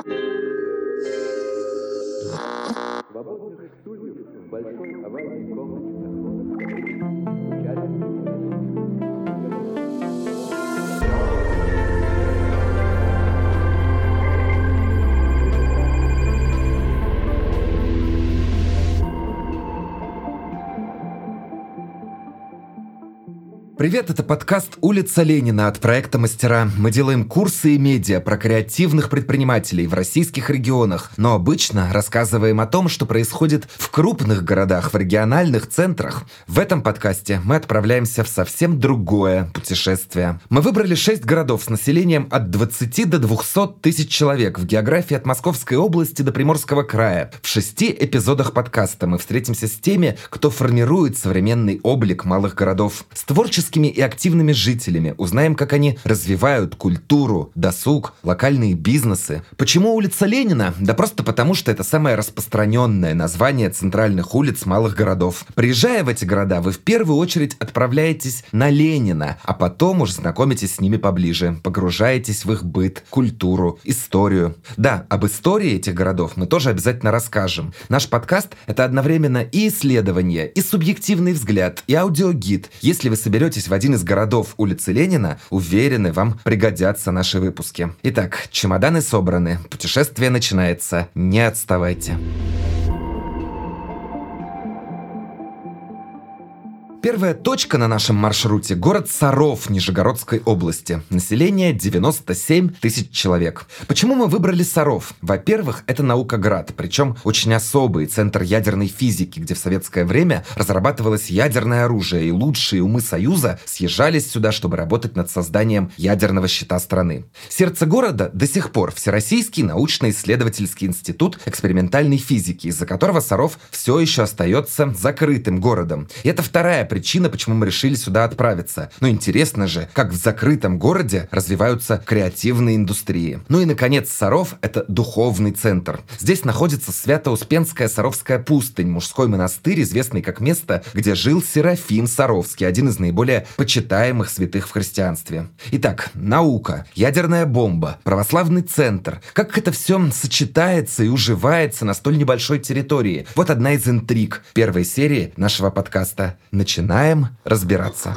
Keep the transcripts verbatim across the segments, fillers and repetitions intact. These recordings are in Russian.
Свободных стульев в большой овальной комнате находятся Привет, это подкаст «Улица Ленина» от проекта «Мастера». Мы делаем курсы и медиа про креативных предпринимателей в российских регионах, но обычно рассказываем о том, что происходит в крупных городах, в региональных центрах. В этом подкасте мы отправляемся в совсем другое путешествие. Мы выбрали шесть городов с населением от двадцати до двухсот тысяч человек в географии от Московской области до Приморского края. В шести эпизодах подкаста мы встретимся с теми, кто формирует современный облик малых городов, с творческими и активными жителями, узнаем, как они развивают культуру, досуг, локальные бизнесы. Почему улица Ленина? Да просто потому, что это самое распространенное название центральных улиц малых городов. Приезжая в эти города, вы в первую очередь отправляетесь на Ленина, а потом уж знакомитесь с ними поближе, погружаетесь в их быт, культуру, историю. Да, об истории этих городов мы тоже обязательно расскажем. Наш подкаст — это одновременно и исследование, и субъективный взгляд, и аудиогид. Если вы соберетесь в один из городов улицы Ленина, уверены, вам пригодятся наши выпуски. Итак, чемоданы собраны, путешествие начинается, не отставайте. Первая точка на нашем маршруте – город Саров Нижегородской области. Население девяносто семь тысяч человек. Почему мы выбрали Саров? Во-первых, это наукоград, причем очень особый центр ядерной физики, где в советское время разрабатывалось ядерное оружие, и лучшие умы Союза съезжались сюда, чтобы работать над созданием ядерного щита страны. Сердце города до сих пор Всероссийский научно-исследовательский институт экспериментальной физики, из-за которого Саров все еще остается закрытым городом. И это вторая причина, почему мы решили сюда отправиться. Но интересно же, как в закрытом городе развиваются креативные индустрии. Ну и, наконец, Саров — это духовный центр. Здесь находится Свято-Успенская Саровская пустынь, мужской монастырь, известный как место, где жил Серафим Саровский, один из наиболее почитаемых святых в христианстве. Итак, наука, ядерная бомба, православный центр. Как это все сочетается и уживается на столь небольшой территории? Вот одна из интриг первой серии нашего подкаста. Начинаем. Начинаем разбираться.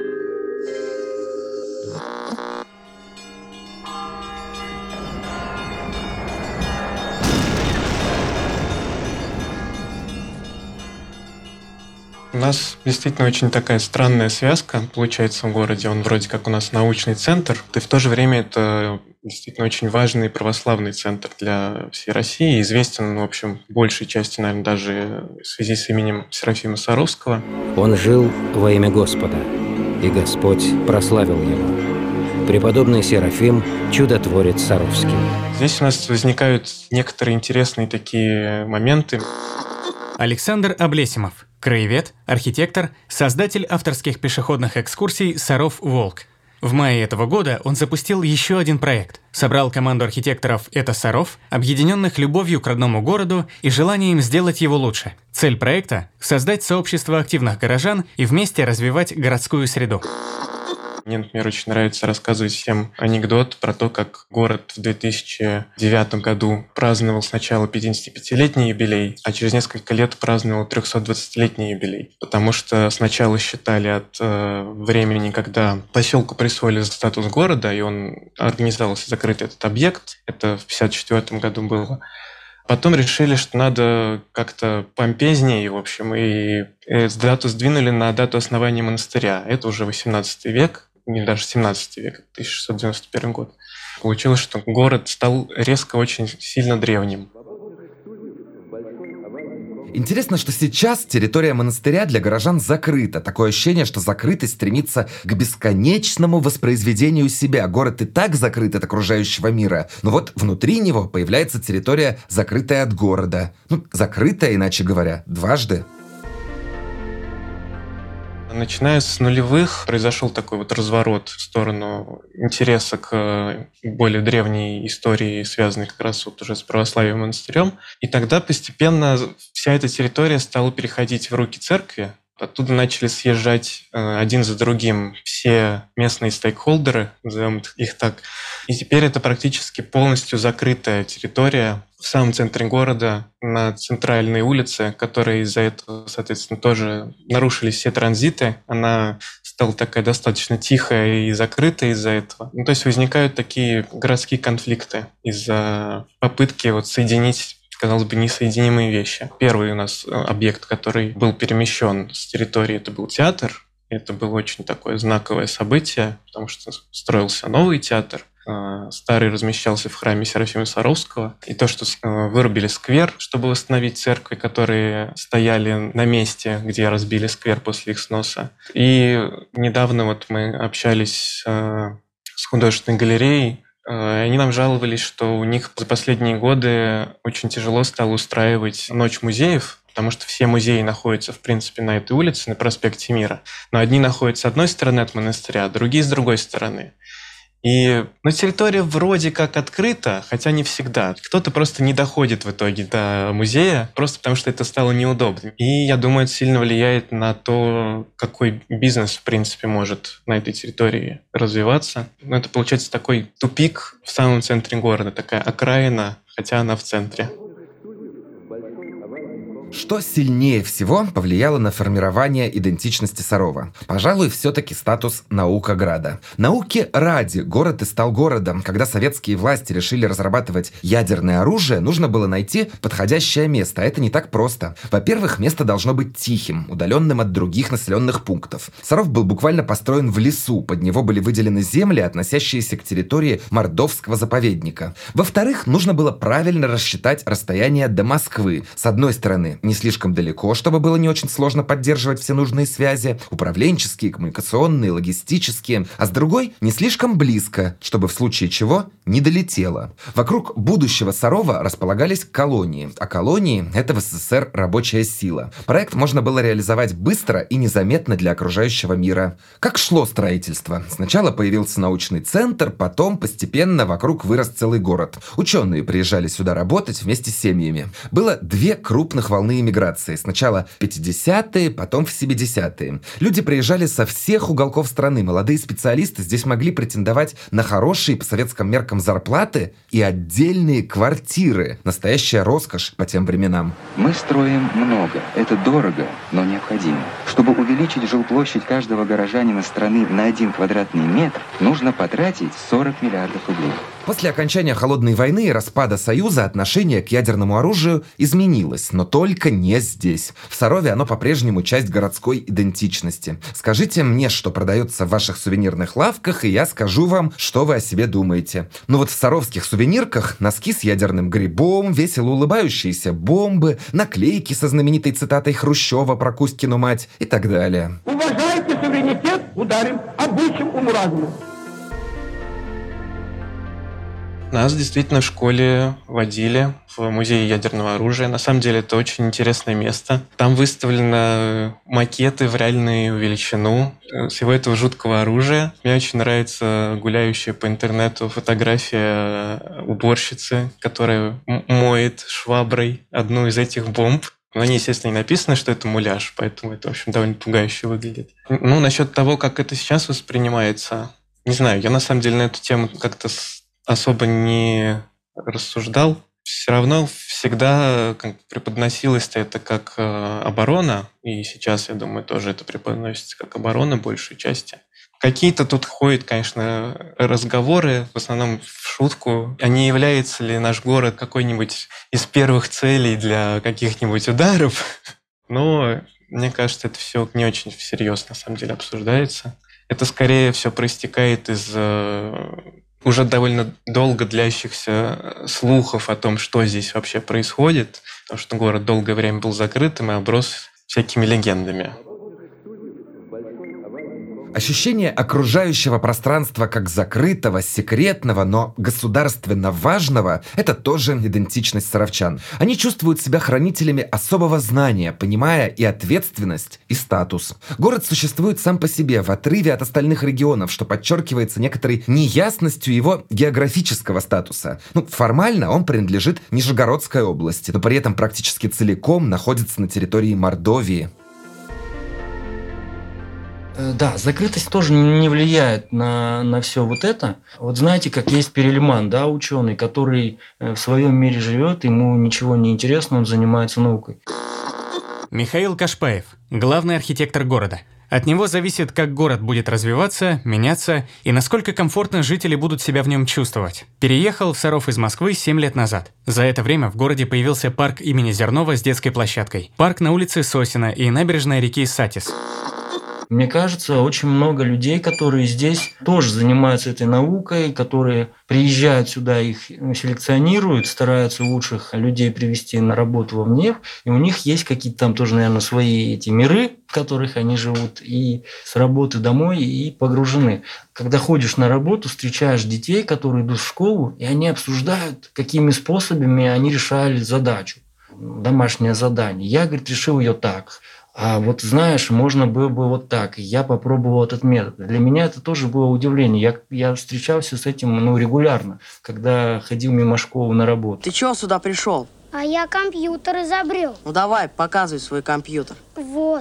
У нас действительно очень такая странная связка получается в городе. Он вроде как у нас научный центр, и в то же время это действительно очень важный православный центр для всей России. Известен он, в общем, большей части, наверное, даже в связи с именем Серафима Саровского. Он жил во имя Господа, и Господь прославил его. Преподобный Серафим, чудотворец Саровский. Здесь у нас возникают некоторые интересные такие моменты. Александр Облесимов, краевед, архитектор, создатель авторских пешеходных экскурсий «Саров-Волк». В мае этого года он запустил еще один проект. Собрал команду архитекторов «Это Саров», объединенных любовью к родному городу и желанием сделать его лучше. Цель проекта – создать сообщество активных горожан и вместе развивать городскую среду. Мне, например, очень нравится рассказывать всем анекдот про то, как город в две тысячи девятом году праздновал сначала пятидесятипятилетний юбилей, а через несколько лет праздновал трехсотдвадцатилетний юбилей. Потому что сначала считали от э, времени, когда поселку присвоили статус города, и он организовался закрыть этот объект. Это в пятьдесят четвёртом году было. Потом решили, что надо как-то помпезнее, в общем, и дату сдвинули на дату основания монастыря. Это уже восемнадцатый век, не даже семнадцатый век, тысяча шестьсот девяносто первый год. Получилось, что город стал резко очень сильно древним. Интересно, что сейчас территория монастыря для горожан закрыта. Такое ощущение, что закрытость стремится к бесконечному воспроизведению себя. Город и так закрыт от окружающего мира, но вот внутри него появляется территория, закрытая от города. Ну, закрытая, иначе говоря, дважды. Начиная с нулевых произошел такой вот разворот в сторону интереса к более древней истории, связанной как раз вот уже с православием и монастырем. И тогда постепенно вся эта территория стала переходить в руки церкви. Оттуда начали съезжать э, один за другим все местные стейкхолдеры, назовем их так. И теперь это практически полностью закрытая территория в самом центре города, на центральной улице, которые из-за этого, соответственно, тоже нарушились все транзиты. Она стала такая достаточно тихая и закрытая из-за этого. Ну, то есть возникают такие городские конфликты из-за попытки вот соединить, казалось бы, несоединимые вещи. Первый у нас объект, который был перемещен с территории, это был театр. Это было очень такое знаковое событие, потому что строился новый театр. Старый размещался в храме Серафима Саровского. И то, что вырубили сквер, чтобы восстановить церкви, которые стояли на месте, где разбили сквер после их сноса. И недавно вот мы общались с художественной галереей. Они нам жаловались, что у них за последние годы очень тяжело стало устраивать ночь музеев, потому что все музеи находятся, в принципе, на этой улице, на проспекте Мира. Но одни находятся с одной стороны от монастыря, а другие с другой стороны. И ну, территория вроде как открыта, хотя не всегда. Кто-то просто не доходит в итоге до музея, просто потому что это стало неудобно. И я думаю, это сильно влияет на то, какой бизнес, в принципе, может на этой территории развиваться. Но это получается такой тупик в самом центре города, такая окраина, хотя она в центре. Что сильнее всего повлияло на формирование идентичности Сарова? Пожалуй, все-таки статус наукограда. Науки ради город и стал городом. Когда советские власти решили разрабатывать ядерное оружие, нужно было найти подходящее место. А это не так просто. Во-первых, место должно быть тихим, удаленным от других населенных пунктов. Саров был буквально построен в лесу. Под него были выделены земли, относящиеся к территории Мордовского заповедника. Во-вторых, нужно было правильно рассчитать расстояние до Москвы. С одной стороны, не слишком далеко, чтобы было не очень сложно поддерживать все нужные связи, управленческие, коммуникационные, логистические, а с другой, не слишком близко, чтобы в случае чего не долетело. Вокруг будущего Сарова располагались колонии, а колонии — это в СССР рабочая сила. Проект можно было реализовать быстро и незаметно для окружающего мира. Как шло строительство? Сначала появился научный центр, потом постепенно вокруг вырос целый город. Ученые приезжали сюда работать вместе с семьями. Было две крупных волны иммиграции. Сначала в пятидесятые, потом в семидесятые. Люди приезжали со всех уголков страны. Молодые специалисты здесь могли претендовать на хорошие по советским меркам зарплаты и отдельные квартиры. Настоящая роскошь по тем временам. Мы строим много. Это дорого, но необходимо. Чтобы увеличить жилплощадь каждого горожанина страны на один квадратный метр, нужно потратить сорок миллиардов рублей. После окончания Холодной войны и распада Союза отношение к ядерному оружию изменилось, но только не здесь. В Сарове оно по-прежнему часть городской идентичности. Скажите мне, что продается в ваших сувенирных лавках, и я скажу вам, что вы о себе думаете. Ну вот в саровских сувенирках носки с ядерным грибом, весело улыбающиеся бомбы, наклейки со знаменитой цитатой Хрущева про Кузькину мать и так далее. Уважайте суверенитет, ударим, обучим уму-разуму. Нас действительно в школе водили в музей ядерного оружия. На самом деле это очень интересное место. Там выставлены макеты в реальную величину всего этого жуткого оружия. Мне очень нравится гуляющая по интернету фотография уборщицы, которая моет шваброй одну из этих бомб. На ней, естественно, не написано, что это муляж, поэтому это, в общем, довольно пугающе выглядит. Ну, насчет того, как это сейчас воспринимается, не знаю, я на самом деле на эту тему как-то особо не рассуждал. Все равно всегда как преподносилось это как э, оборона, и сейчас, я думаю, тоже это преподносится как оборона большей части. Какие-то тут ходят, конечно, разговоры, в основном в шутку. А не является ли наш город какой-нибудь из первых целей для каких-нибудь ударов? Но мне кажется, это все не очень всерьез на самом деле обсуждается. Это скорее все проистекает из уже довольно долго длящихся слухов о том, что здесь вообще происходит, потому что город долгое время был закрытым и оброс всякими легендами. Ощущение окружающего пространства как закрытого, секретного, но государственно важного – это тоже идентичность саровчан. Они чувствуют себя хранителями особого знания, понимая и ответственность, и статус. Город существует сам по себе, в отрыве от остальных регионов, что подчеркивается некоторой неясностью его географического статуса. Ну, формально он принадлежит Нижегородской области, но при этом практически целиком находится на территории Мордовии. Да, закрытость тоже не влияет на, на все вот это. Вот знаете, как есть Перельман, да, ученый, который в своем мире живет, ему ничего не интересно, он занимается наукой. Михаил Кашпаев, главный архитектор города. От него зависит, как город будет развиваться, меняться и насколько комфортно жители будут себя в нем чувствовать. Переехал в Саров из Москвы семь лет назад. За это время в городе появился парк имени Зернова с детской площадкой, парк на улице Сосина и набережная реки Сатис. Мне кажется, очень много людей, которые здесь тоже занимаются этой наукой, которые приезжают сюда, их селекционируют, стараются лучших людей привести на работу во ВНЕФ, и у них есть какие-то там тоже, наверное, свои эти миры, в которых они живут, и с работы домой, и погружены. Когда ходишь на работу, встречаешь детей, которые идут в школу, и они обсуждают, какими способами они решали задачу, домашнее задание. Я, говорит, решил ее так. А вот знаешь, можно было бы вот так. Я попробовал этот метод. Для меня это тоже было удивление. Я, я встречался с этим ну, регулярно, когда ходил мимо школы на работу. Ты чего сюда пришел? А я компьютер изобрел. Ну давай, показывай свой компьютер. Вот.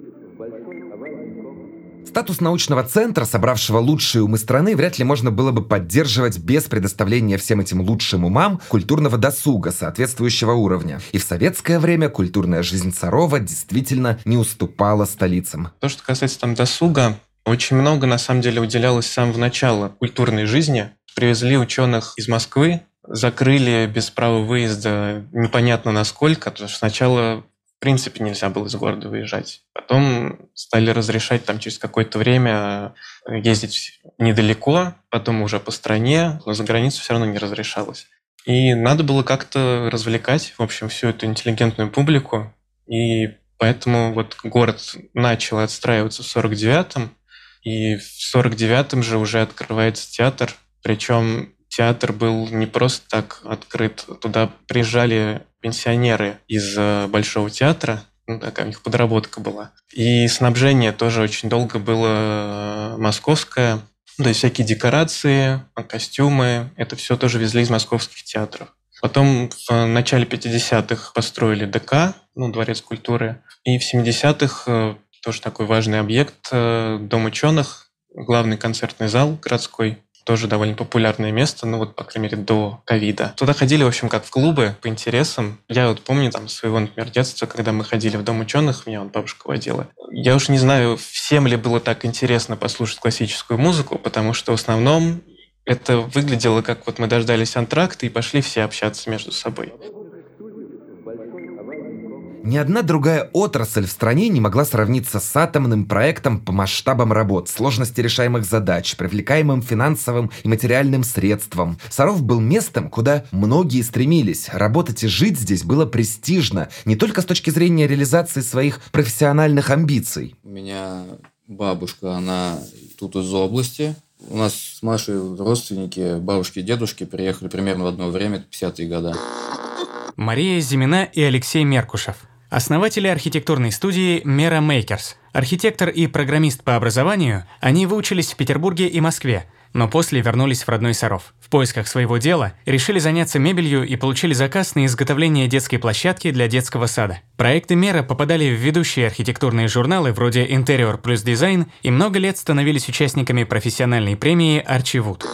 Статус научного центра, собравшего лучшие умы страны, вряд ли можно было бы поддерживать без предоставления всем этим лучшим умам культурного досуга соответствующего уровня. И в советское время культурная жизнь Сарова действительно не уступала столицам. То, что касается там досуга, очень много на самом деле уделялось с самого начала культурной жизни. Привезли ученых из Москвы, закрыли без права выезда непонятно насколько, потому что сначала в принципе нельзя было из города выезжать. Потом стали разрешать там через какое-то время ездить недалеко, потом уже по стране, но за границу все равно не разрешалось. И надо было как-то развлекать, в общем, всю эту интеллигентную публику. И поэтому вот город начал отстраиваться в сорок девятом, и в сорок девятом же уже открывается театр. Причем театр был не просто так открыт. Туда приезжали пенсионеры из Большого театра, ну, такая у них подработка была. И снабжение тоже очень долго было московское. То есть всякие декорации, костюмы, это все тоже везли из московских театров. Потом в начале пятидесятых построили ДК, ну, Дворец культуры. И в семидесятых тоже такой важный объект, Дом ученых, главный концертный зал городской. Тоже довольно популярное место, ну вот, по крайней мере, до ковида. Туда ходили, в общем, как в клубы, по интересам. Я вот помню там своего, например, детства, когда мы ходили в Дом ученых, меня вот бабушка водила. Я уж не знаю, всем ли было так интересно послушать классическую музыку, потому что в основном это выглядело как вот мы дождались антракта и пошли все общаться между собой. Ни одна другая отрасль в стране не могла сравниться с атомным проектом по масштабам работ, сложности решаемых задач, привлекаемым финансовым и материальным средством. Саров был местом, куда многие стремились. Работать и жить здесь было престижно, не только с точки зрения реализации своих профессиональных амбиций. У меня бабушка, она тут из области. У нас с Машей родственники, бабушки и дедушки приехали примерно в одно время, это пятидесятые годы. Мария Зимина и Алексей Меркушев. Основатели архитектурной студии Mera Makers. Архитектор и программист по образованию, они выучились в Петербурге и Москве, но после вернулись в родной Саров. В поисках своего дела решили заняться мебелью и получили заказ на изготовление детской площадки для детского сада. Проекты Mera попадали в ведущие архитектурные журналы вроде Interior плюс Design и много лет становились участниками профессиональной премии Арчи Вуд.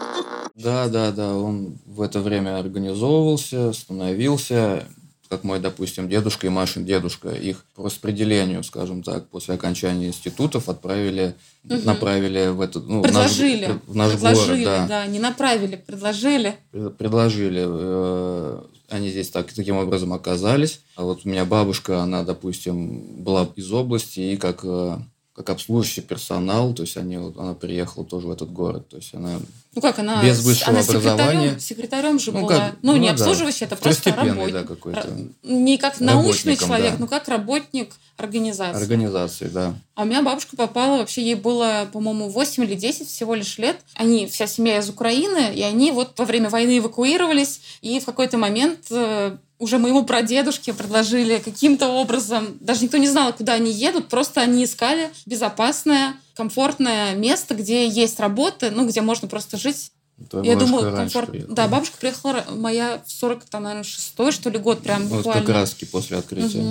Да, да, да, он в это время организовывался, становился, как мой, допустим, дедушка и Машин дедушка. Их по распределению, скажем так, после окончания институтов отправили, угу. направили в этот, ну, предложили, в наш, в наш предложили, город. Да. да, не направили, предложили. Предложили. Э, они здесь так, таким образом оказались. А вот у меня бабушка, она, допустим, была из области и как... как обслуживающий персонал, то есть они, она приехала тоже в этот город, то есть она, ну как, она без высшего она образования. Секретарем, секретарем же ну, была. как, ну, ну, не да. обслуживающий, это просто работник. Да, какой-то. Не как научный человек, да. но как работник организации. Организации, да. А у меня бабушка попала, вообще ей было, по-моему, восемь или десять всего лишь лет. Они, вся семья из Украины, и они вот во время войны эвакуировались, и в какой-то момент уже моему прадедушке предложили каким-то образом, даже никто не знал, куда они едут, просто они искали безопасное, комфортное место, где есть работа, ну, где можно просто жить. Твоя Я думаю, комфорт... приехала. Да, бабушка приехала моя в сорок, там, наверное, шестой, что ли, год прям вот буквально. как раз после открытия. Угу.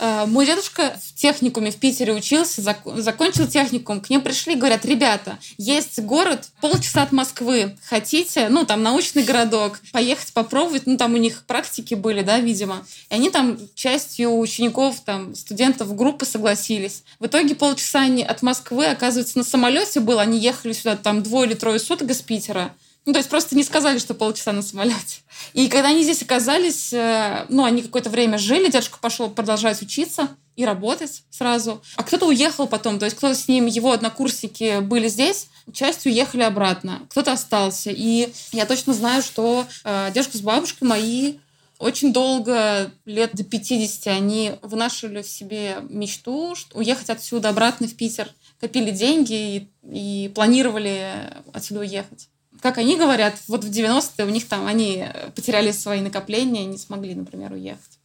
Мой дедушка в техникуме в Питере учился, зак- закончил техникум. К ним пришли, говорят: ребята, есть город полчаса от Москвы. Хотите? Ну, там научный городок. Поехать попробовать. Ну, там у них практики были, да, видимо. И они там частью учеников, там, студентов группы согласились. В итоге полчаса они от Москвы, оказывается, на самолете было. Они ехали сюда там двое или трое суток из Питера. Ну, то есть просто не сказали, что полчаса на самолете. И когда они здесь оказались, ну, они какое-то время жили, дедушка пошел продолжать учиться и работать сразу. А кто-то уехал потом, то есть кто-то с ним, его однокурсники были здесь, часть уехали обратно, кто-то остался. И я точно знаю, что э, дедушка с бабушкой мои очень долго, лет до пятидесяти, они вынашивали в себе мечту уехать отсюда обратно в Питер. Копили деньги и, и планировали отсюда уехать. Как они говорят, вот в девяностые у них там они потеряли свои накопления и не смогли, например, уехать.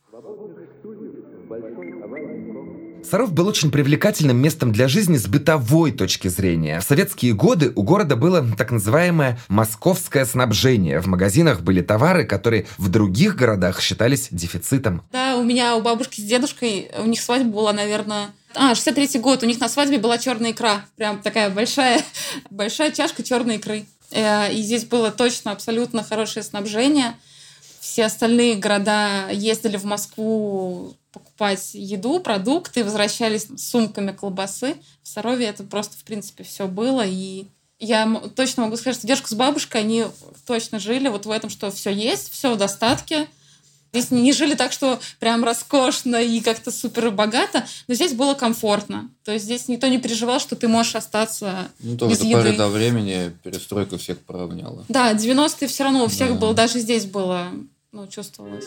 Саров был очень привлекательным местом для жизни с бытовой точки зрения. В советские годы у города было так называемое «московское снабжение». В магазинах были товары, которые в других городах считались дефицитом. Да, у меня, у бабушки с дедушкой, у них свадьба была, наверное... А, шестьдесят третий год, у них на свадьбе была черная икра. Прям такая большая, большая чашка черной икры. И здесь было точно абсолютно хорошее снабжение. Все остальные города ездили в Москву покупать еду, продукты, возвращались с сумками колбасы. В Сарове это просто, в принципе, все было. И я точно могу сказать, что дедушка с бабушкой, они точно жили вот в этом, что все есть, все в достатке. Здесь не жили так, что прям роскошно и как-то супер богато, но здесь было комфортно. То есть здесь никто не переживал, что ты можешь остаться ну, тоже без до еды. поры до времени перестройка всех поравняла. Да, девяностые все равно у всех да. было, даже здесь было, ну, чувствовалось.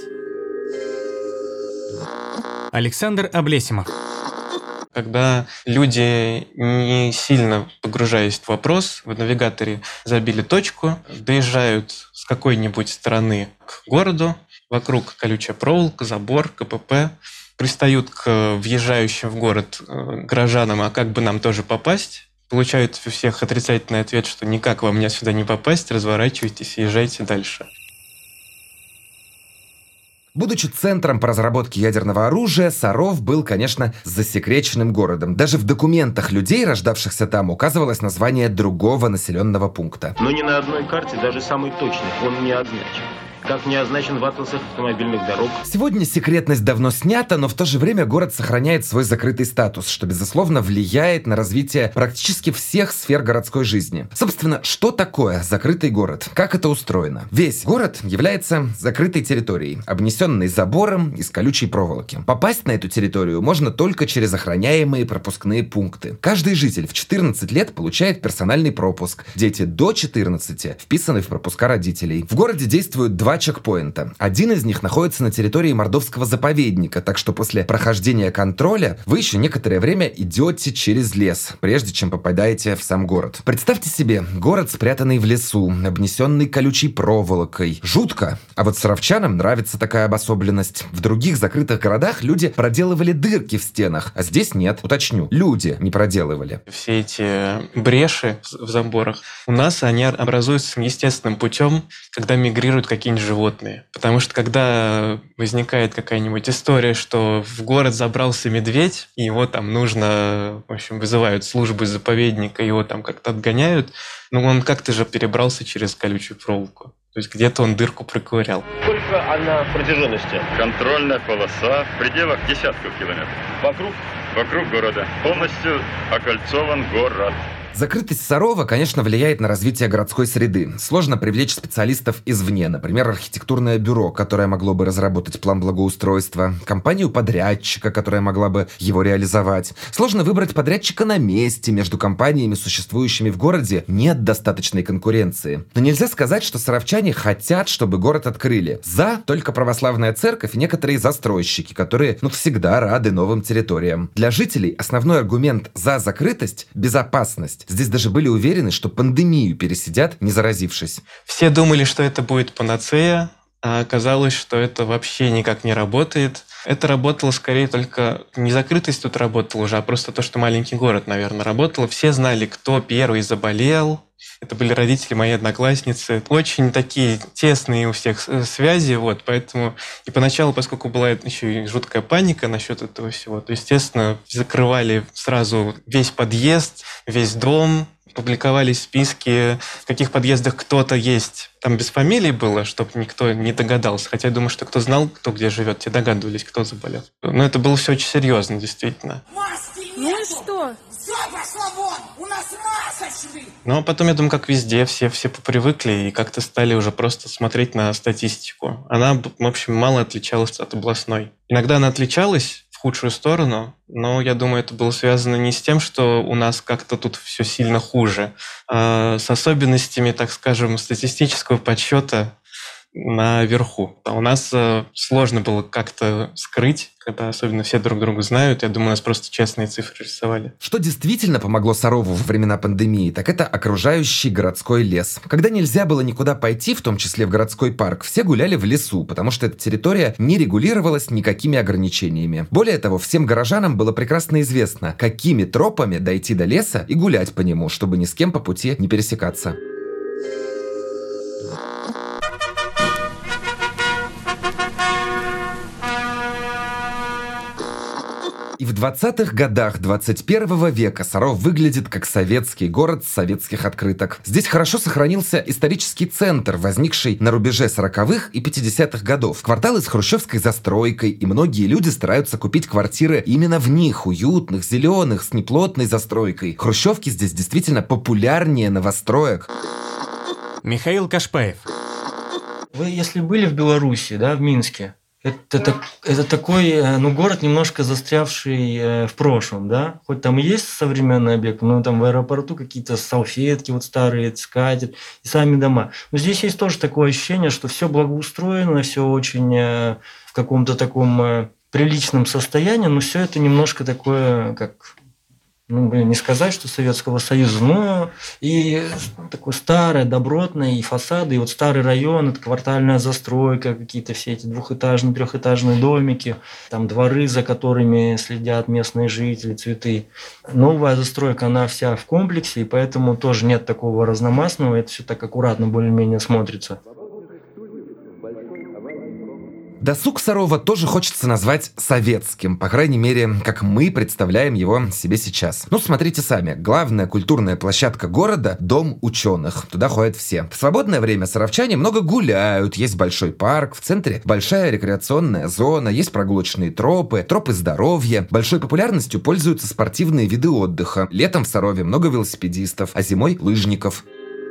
Александр Облесимов. Когда люди, не сильно погружаясь в вопрос, в навигаторе забили точку, доезжают с какой-нибудь стороны к городу, вокруг колючая проволока, забор, ка пэ пэ, пристают к въезжающим в город горожанам, а как бы нам тоже попасть, получают у всех отрицательный ответ, что никак вам сюда не попасть, разворачивайтесь и езжайте дальше. Будучи центром по разработке ядерного оружия, Саров был, конечно, засекреченным городом. Даже в документах людей, рождавшихся там, указывалось название другого населенного пункта. Но ни на одной карте, даже самой точной, он не означен. Как не означен в атласах автомобильных дорог. Сегодня секретность давно снята, но в то же время город сохраняет свой закрытый статус, что, безусловно, влияет на развитие практически всех сфер городской жизни. Собственно, что такое закрытый город? Как это устроено? Весь город является закрытой территорией, обнесенной забором из колючей проволоки. Попасть на эту территорию можно только через охраняемые пропускные пункты. Каждый житель в четырнадцать лет получает персональный пропуск. Дети до четырнадцати вписаны в пропуска родителей. В городе действуют два чекпоинта. Один из них находится на территории Мордовского заповедника, так что после прохождения контроля вы еще некоторое время идете через лес, прежде чем попадаете в сам город. Представьте себе, город, спрятанный в лесу, обнесенный колючей проволокой. Жутко. А вот саровчанам нравится такая обособленность. В других закрытых городах люди проделывали дырки в стенах, а здесь нет. Уточню, люди не проделывали. Все эти бреши в заборах, у нас они образуются естественным путем, когда мигрируют какие-нибудь животные. Потому что когда возникает какая-нибудь история, что в город забрался медведь, и его там нужно, в общем, вызывают службы заповедника, его там как-то отгоняют, но он как-то же перебрался через колючую проволоку. То есть где-то он дырку проковырял. Сколько она в протяженности? Контрольная полоса в пределах десятков километров. Вокруг? Вокруг города. Полностью окольцован город. Закрытость Сарова, конечно, влияет на развитие городской среды. Сложно привлечь специалистов извне, например, архитектурное бюро, которое могло бы разработать план благоустройства, компанию-подрядчика, которая могла бы его реализовать. Сложно выбрать подрядчика на месте. Между компаниями, существующими в городе, нет достаточной конкуренции. Но нельзя сказать, что саровчане хотят, чтобы город открыли. За только православная церковь и некоторые застройщики, которые, ну, всегда рады новым территориям. Для жителей основной аргумент за закрытость – безопасность. Здесь даже были уверены, что пандемию пересидят, не заразившись. Все думали, что это будет панацея, а оказалось, что это вообще никак не работает. Это работало скорее только... Не закрытость тут работала уже, а просто то, что маленький город, наверное, работало. Все знали, кто первый заболел, Это были родители моей одноклассницы. Очень такие тесные у всех связи, вот, поэтому и поначалу, поскольку была еще и жуткая паника насчет этого всего, то, естественно, закрывали сразу весь подъезд, весь дом, публиковали списки, в каких подъездах кто-то есть. Там без фамилий было, чтобы никто не догадался. Хотя я думаю, что кто знал, кто где живет, те догадывались, кто заболел. Но это было все очень серьезно, действительно. Ну и что? Все пошло вон! У нас масочный! Ну, а потом, я думаю, как везде, все, все попривыкли и как-то стали уже просто смотреть на статистику. Она, в общем, мало отличалась от областной. Иногда она отличалась в худшую сторону, но я думаю, это было связано не с тем, что у нас как-то тут все сильно хуже, а с особенностями, так скажем, статистического подсчета наверху. А у нас сложно было как-то скрыть, когда особенно все друг друга знают. Я думаю, у нас просто честные цифры рисовали. Что действительно помогло Сарову во времена пандемии, так это окружающий городской лес. Когда нельзя было никуда пойти, в том числе в городской парк, все гуляли в лесу, потому что эта территория не регулировалась никакими ограничениями. Более того, всем горожанам было прекрасно известно, какими тропами дойти до леса и гулять по нему, чтобы ни с кем по пути не пересекаться. И в двадцатых годах двадцать первого века Саров выглядит как советский город советских открыток. Здесь хорошо сохранился исторический центр, возникший на рубеже сороковых и пятидесятых годов. Кварталы с хрущевской застройкой, и многие люди стараются купить квартиры именно в них, уютных, зеленых, с неплотной застройкой. Хрущевки здесь действительно популярнее новостроек. Михаил Кашпаев. Вы, если были в Беларуси, да, в Минске, Это, так, это такой, ну, город, немножко застрявший э, в прошлом, да? Хоть там и есть современный объект, но там в аэропорту какие-то салфетки вот старые, скатерть и сами дома. Но здесь есть тоже такое ощущение, что все благоустроено, все очень э, в каком-то таком э, приличном состоянии, но все это немножко такое, как... ну, не сказать, что Советского Союза, но и такое старое, добротное, и фасады, и вот старый район, это квартальная застройка, какие-то все эти двухэтажные, трехэтажные домики, там дворы, за которыми следят местные жители, цветы. Новая застройка, она вся в комплексе, и поэтому тоже нет такого разномастного, это все так аккуратно более-менее смотрится. Досуг Сарова тоже хочется назвать советским, по крайней мере, как мы представляем его себе сейчас. Ну, смотрите сами. Главная культурная площадка города – Дом ученых. Туда ходят все. В свободное время саровчане много гуляют. Есть большой парк, в центре большая рекреационная зона, есть прогулочные тропы, тропы здоровья. Большой популярностью пользуются спортивные виды отдыха. Летом в Сарове много велосипедистов, а зимой – лыжников.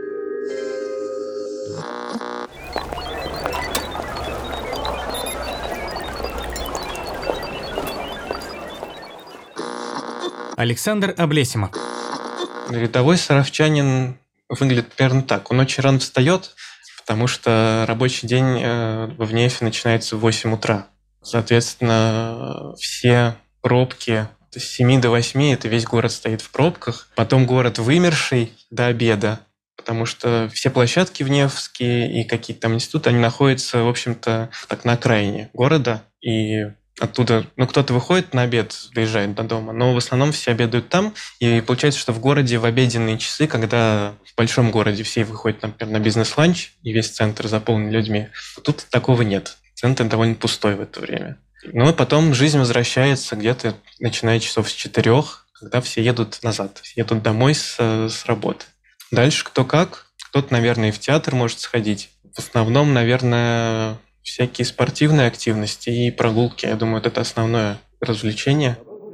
Александр Облесимов. Рядовой саровчанин выглядит примерно так. Он очень рано встает, потому что рабочий день в ВНЕФе начинается в восемь утра. Соответственно, все пробки с семи до восьми, это весь город стоит в пробках. Потом город вымерший до обеда, потому что все площадки внефские и какие-то там институты, они находятся, в общем-то, так на окраине города. И оттуда, ну, кто-то выходит на обед, доезжает до дома, но в основном все обедают там. И получается, что в городе в обеденные часы, когда в большом городе все выходят, например, на бизнес-ланч, и весь центр заполнен людьми, тут такого нет. Центр довольно пустой в это время. Ну и потом жизнь возвращается где-то, начиная часов с четырех, когда все едут назад, все едут домой с, с работы. Дальше кто как. Кто-то, наверное, и в театр может сходить. В основном, наверное, всякие спортивные активности и прогулки. Я думаю, это основное развлечение.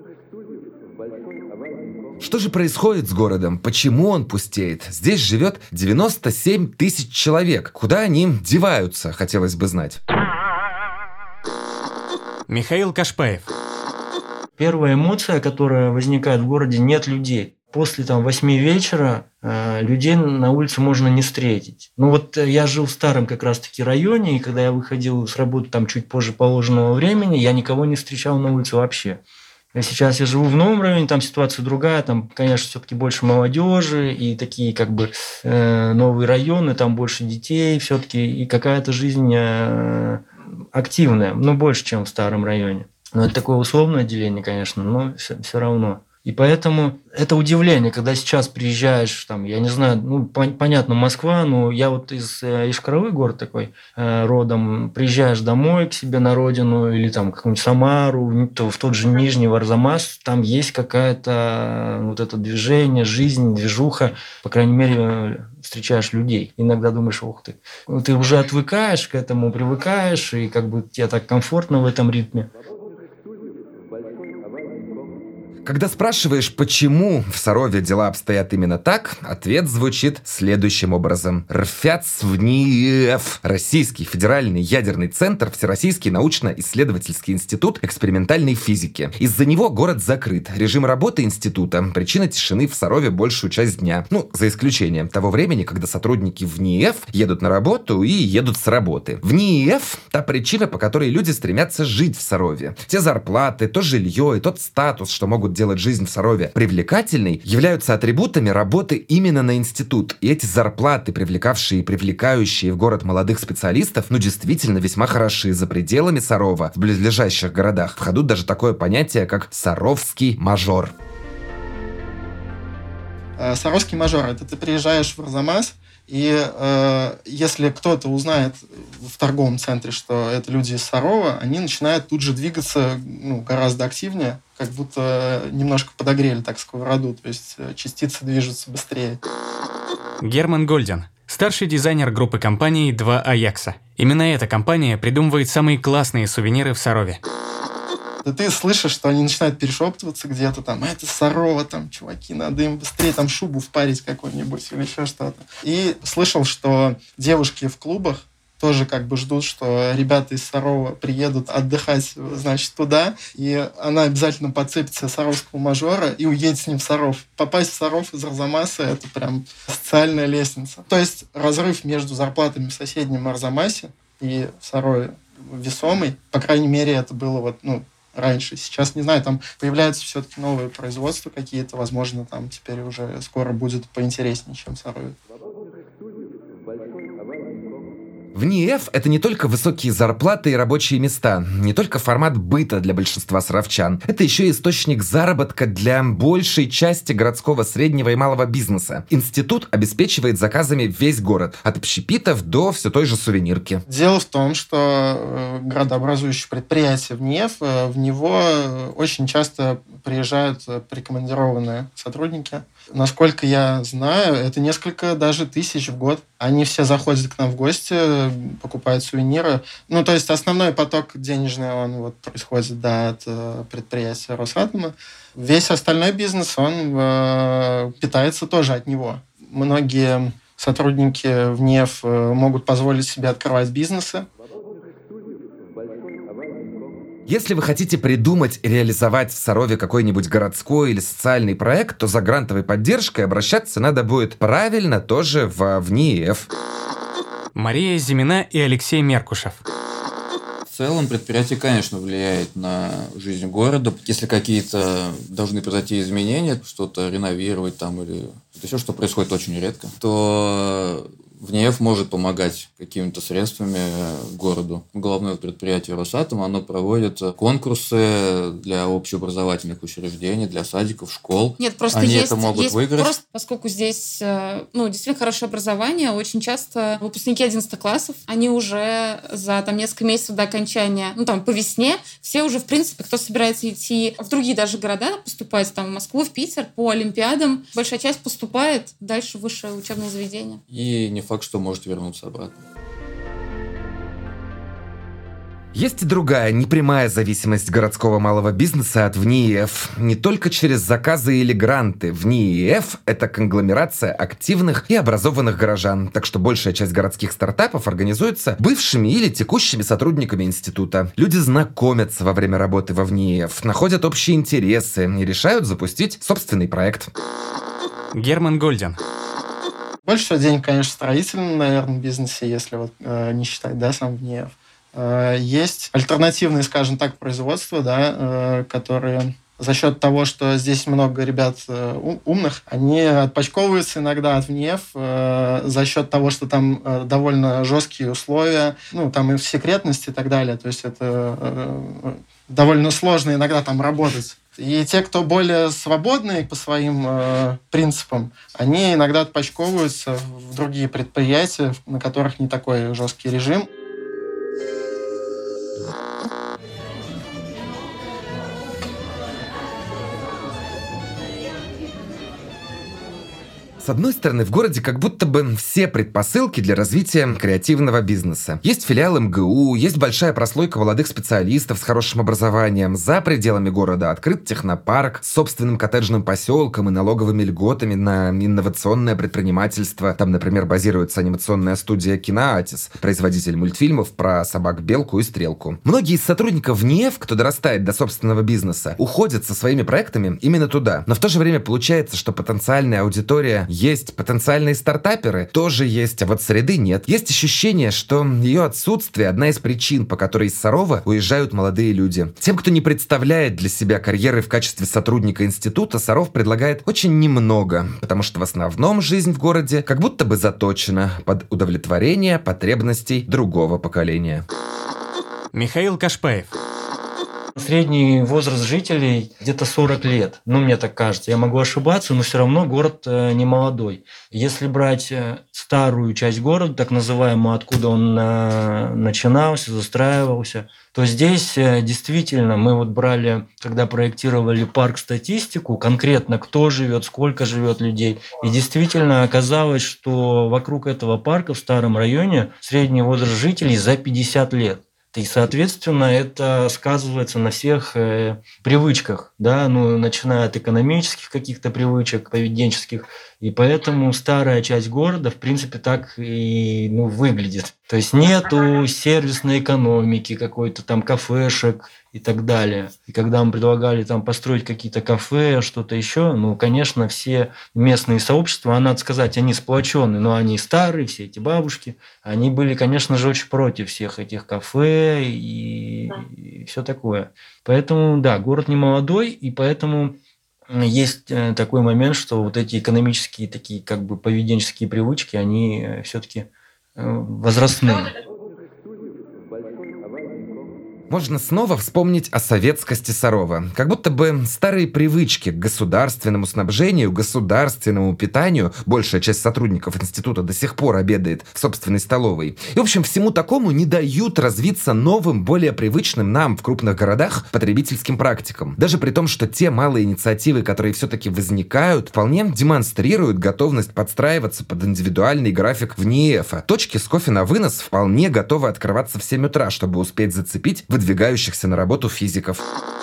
Что же происходит с городом? Почему он пустеет? Здесь живет девяносто семь тысяч человек. Куда они деваются, хотелось бы знать. Михаил Кашпаев. Первая эмоция, которая возникает в городе, нет людей. После там, восьми вечера э, людей на улице можно не встретить. Ну вот я жил в старом как раз-таки районе, и когда я выходил с работы там чуть позже положенного времени, я никого не встречал на улице вообще. А сейчас я живу в новом районе, там ситуация другая, там, конечно, все-таки больше молодежи, и такие как бы э, новые районы, там больше детей все-таки, и какая-то жизнь э, активная, но больше, чем в старом районе. Но это такое условное деление, конечно, но все, все равно. И поэтому это удивление, когда сейчас приезжаешь, там, я не знаю, ну, пон- понятно, Москва, но я вот из э, Йошкар-Олы, город такой, э, родом, приезжаешь домой к себе на родину или там какую-нибудь Самару, то в тот же Нижний, в Арзамас, там есть какая-то вот это движение, жизнь, движуха, по крайней мере, встречаешь людей. Иногда думаешь, ух ты, ты уже отвыкаешь к этому, привыкаешь, и как бы тебе так комфортно в этом ритме. Когда спрашиваешь, почему в Сарове дела обстоят именно так, ответ звучит следующим образом. РФЯЦ-ВНИИЭФ, Российский федеральный ядерный центр, Всероссийский научно-исследовательский институт экспериментальной физики. Из-за него город закрыт. Режим работы института – причина тишины в Сарове большую часть дня. Ну, за исключением того времени, когда сотрудники ВНИИЭФ едут на работу и едут с работы. ВНИИЭФ – та причина, по которой люди стремятся жить в Сарове. Те зарплаты, то жилье и тот статус, что могут делать жизнь в Сарове привлекательной, являются атрибутами работы именно на институт. И эти зарплаты, привлекавшие и привлекающие в город молодых специалистов, ну действительно весьма хороши. За пределами Сарова, в близлежащих городах, в ходу даже такое понятие, как «саровский мажор». Саровский мажор – это ты приезжаешь в Арзамас, и э, если кто-то узнает в торговом центре, что это люди из Сарова, они начинают тут же двигаться ну, гораздо активнее, как будто немножко подогрели так сковороду, то есть частицы движутся быстрее. Герман Гольден, старший дизайнер группы компаний два Аякса. Именно эта компания придумывает самые классные сувениры в Сарове. Да ты слышишь, что они начинают перешептываться где-то там, а это Сарова, там, чуваки, надо им быстрее там шубу впарить какую-нибудь или еще что-то. И слышал, что девушки в клубах тоже как бы ждут, что ребята из Сарова приедут отдыхать, значит, туда, и она обязательно подцепится саровского мажора и уедет с ним в Саров. Попасть в Саров из Арзамаса – это прям социальная лестница. То есть разрыв между зарплатами в соседнем Арзамасе и в Сарове весомый. По крайней мере, это было вот, ну, раньше. Сейчас, не знаю, там появляются все-таки новые производства какие-то, возможно, там теперь уже скоро будет поинтереснее, чем в Сарове. ВНИИЭФ – это не только высокие зарплаты и рабочие места, не только формат быта для большинства саровчан. Это еще и источник заработка для большей части городского среднего и малого бизнеса. Институт обеспечивает заказами весь город, от общепитов до все той же сувенирки. Дело в том, что градообразующее предприятие ВНИИЭФ, в него очень часто приезжают прикомандированные сотрудники. Насколько я знаю, это несколько даже тысяч в год. Они все заходят к нам в гости, покупают сувениры. Ну, то есть основной поток денежный, он вот происходит, да, от предприятия Росатома. Весь остальной бизнес, он э, питается тоже от него. Многие сотрудники ВНИИЭФ могут позволить себе открывать бизнесы. Если вы хотите придумать и реализовать в Сарове какой-нибудь городской или социальный проект, то за грантовой поддержкой обращаться надо будет правильно тоже в ВНИИЭФ. Мария Зимина и Алексей Меркушев. В целом предприятие, конечно, влияет на жизнь города. Если какие-то должны произойти изменения, что-то реновировать там или это все, что происходит очень редко, то ВНИИЭФ может помогать какими-то средствами городу. Головное предприятие Росатома, оно проводит конкурсы для общеобразовательных учреждений, для садиков, школ. Нет, просто Они есть, это могут есть выиграть. Просто поскольку здесь ну, действительно хорошее образование, очень часто выпускники одиннадцатых классов, они уже за там, несколько месяцев до окончания, ну там по весне, все уже в принципе, кто собирается идти в другие даже города поступать, там в Москву, в Питер, по олимпиадам, большая часть поступает дальше в высшее учебное заведение. И не факт, что может вернуться обратно. Есть и другая, непрямая зависимость городского малого бизнеса от ВНИИЭФ. Не только через заказы или гранты. ВНИИЭФ – это конгломерация активных и образованных горожан. Так что большая часть городских стартапов организуется бывшими или текущими сотрудниками института. Люди знакомятся во время работы во ВНИИЭФ, находят общие интересы и решают запустить собственный проект. Герман Гольден. Больше всего денег, конечно, в строительном, наверное, бизнесе, если вот э, не считать, да, сам ВНИИЭФ. Э, есть альтернативные, скажем так, производства, да, э, которые за счет того, что здесь много ребят э, умных, они отпочковываются иногда от ВНИИЭФ э, за счет того, что там э, довольно жесткие условия, ну, там и секретность и так далее. То есть это э, довольно сложно иногда там работать И те, кто более свободные по своим э, принципам, они иногда отпочковываются в другие предприятия, на которых не такой жесткий режим. С одной стороны, в городе как будто бы все предпосылки для развития креативного бизнеса. Есть филиал эм гэ у, есть большая прослойка молодых специалистов с хорошим образованием. За пределами города открыт технопарк с собственным коттеджным поселком и налоговыми льготами на инновационное предпринимательство. Там, например, базируется анимационная студия «Киноатис», производитель мультфильмов про собак Белку и Стрелку. Многие из сотрудников НИЭФ, кто дорастает до собственного бизнеса, уходят со своими проектами именно туда. Но в то же время получается, что потенциальная аудитория есть, потенциальные стартаперы тоже есть, а вот среды нет. Есть ощущение, что ее отсутствие – одна из причин, по которой из Сарова уезжают молодые люди. Тем, кто не представляет для себя карьеры в качестве сотрудника института, Саров предлагает очень немного, потому что в основном жизнь в городе как будто бы заточена под удовлетворение потребностей другого поколения. Михаил Кашпаев. Средний возраст жителей где-то сорок лет. Ну, мне так кажется. Я могу ошибаться, но все равно город э, не молодой. Если брать э, старую часть города, так называемую, откуда он э, начинался, застраивался, то здесь э, действительно мы вот брали, когда проектировали парк, статистику, конкретно кто живет, сколько живет людей. И действительно оказалось, что вокруг этого парка в старом районе средний возраст жителей за пятьдесят лет. И, соответственно, это сказывается на всех э, привычках, да, ну, начиная от экономических каких-то привычек, поведенческих. И поэтому старая часть города, в принципе, так и ну, выглядит. То есть нету сервисной экономики, какой-то там кафешек и так далее. И когда мы предлагали там построить какие-то кафе, что-то еще, ну, конечно, все местные сообщества, а надо сказать, они сплоченные, но они старые, все эти бабушки, они были, конечно же, очень против всех этих кафе и, и все такое. Поэтому, да, город не молодой, и поэтому есть такой момент, что вот эти экономические, такие как бы поведенческие привычки, они все-таки возрастные. Можно снова вспомнить о советскости Сарова. Как будто бы старые привычки к государственному снабжению, государственному питанию, большая часть сотрудников института до сих пор обедает в собственной столовой. И, в общем, всему такому не дают развиться новым, более привычным нам в крупных городах потребительским практикам. Даже при том, что те малые инициативы, которые все-таки возникают, вполне демонстрируют готовность подстраиваться под индивидуальный график в НИЭФа. Точки с кофе на вынос вполне готовы открываться в семь утра, чтобы успеть зацепить выдвигающихся на работу физиков.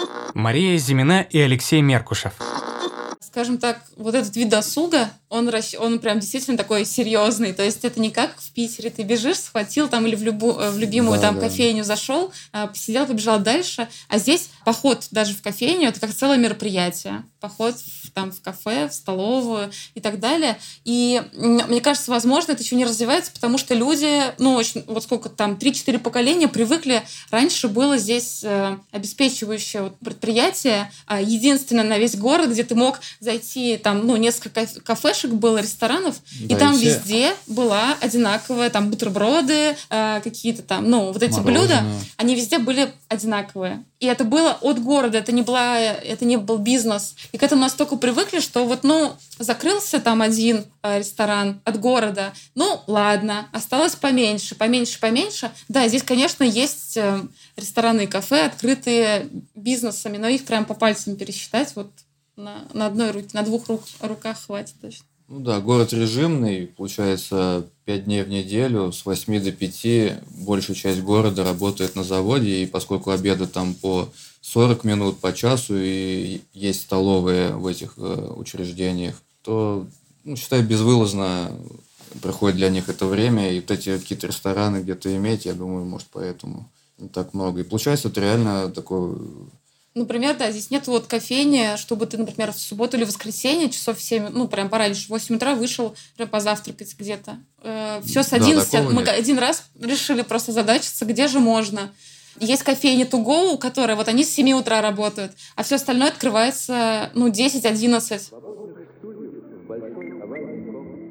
Мария Зимина и Алексей Меркушев. Скажем так, вот этот вид досуга, он, он прям действительно такой серьезный. То есть это не как в Питере. Ты бежишь, схватил там или в, любу, в любимую да, там да. кофейню зашел, посидел, побежал дальше. А здесь поход даже в кофейню, это как целое мероприятие. Поход в, там, в кафе, в столовую и так далее. И мне кажется, возможно, это еще не развивается, потому что люди, ну, очень, вот сколько там, три-четыре поколения привыкли. Раньше было здесь э, обеспечивающее вот предприятие, э, единственное на весь город, где ты мог зайти, там, ну, несколько кафешек было, ресторанов, да, и там и все... везде была одинаковая, там, бутерброды, э, какие-то там, ну, вот эти Мороженое. Блюда, они везде были одинаковые. И это было от города, это не, была, это не был бизнес. И к этому настолько привыкли, что вот, ну, закрылся там один э, ресторан от города, ну, ладно, осталось поменьше, поменьше, поменьше. Да, здесь, конечно, есть э, рестораны и кафе, открытые бизнесами, но их прям по пальцам пересчитать вот на, на одной руке, на двух рук, руках хватит точно. Ну да, город режимный, получается, пять дней в неделю, с восьми до пяти большая часть города работает на заводе, и поскольку обеды там по сорок минут, по часу, и есть столовые в этих э, учреждениях, то, ну, считай, безвылазно проходит для них это время, и вот эти какие-то рестораны где-то иметь, я думаю, может, поэтому не так много. И получается, это реально такой... Например, да, здесь нет вот кофейни, чтобы ты, например, в субботу или воскресенье часов в семь, ну, прям пораньше, в восемь утра вышел прям позавтракать где-то. Э, все с одиннадцати. Да, мы один раз решили просто задачиться, где же можно. Есть кофейня To Go, которая вот они с семи утра работают, а все остальное открывается, ну, десять-одиннадцать.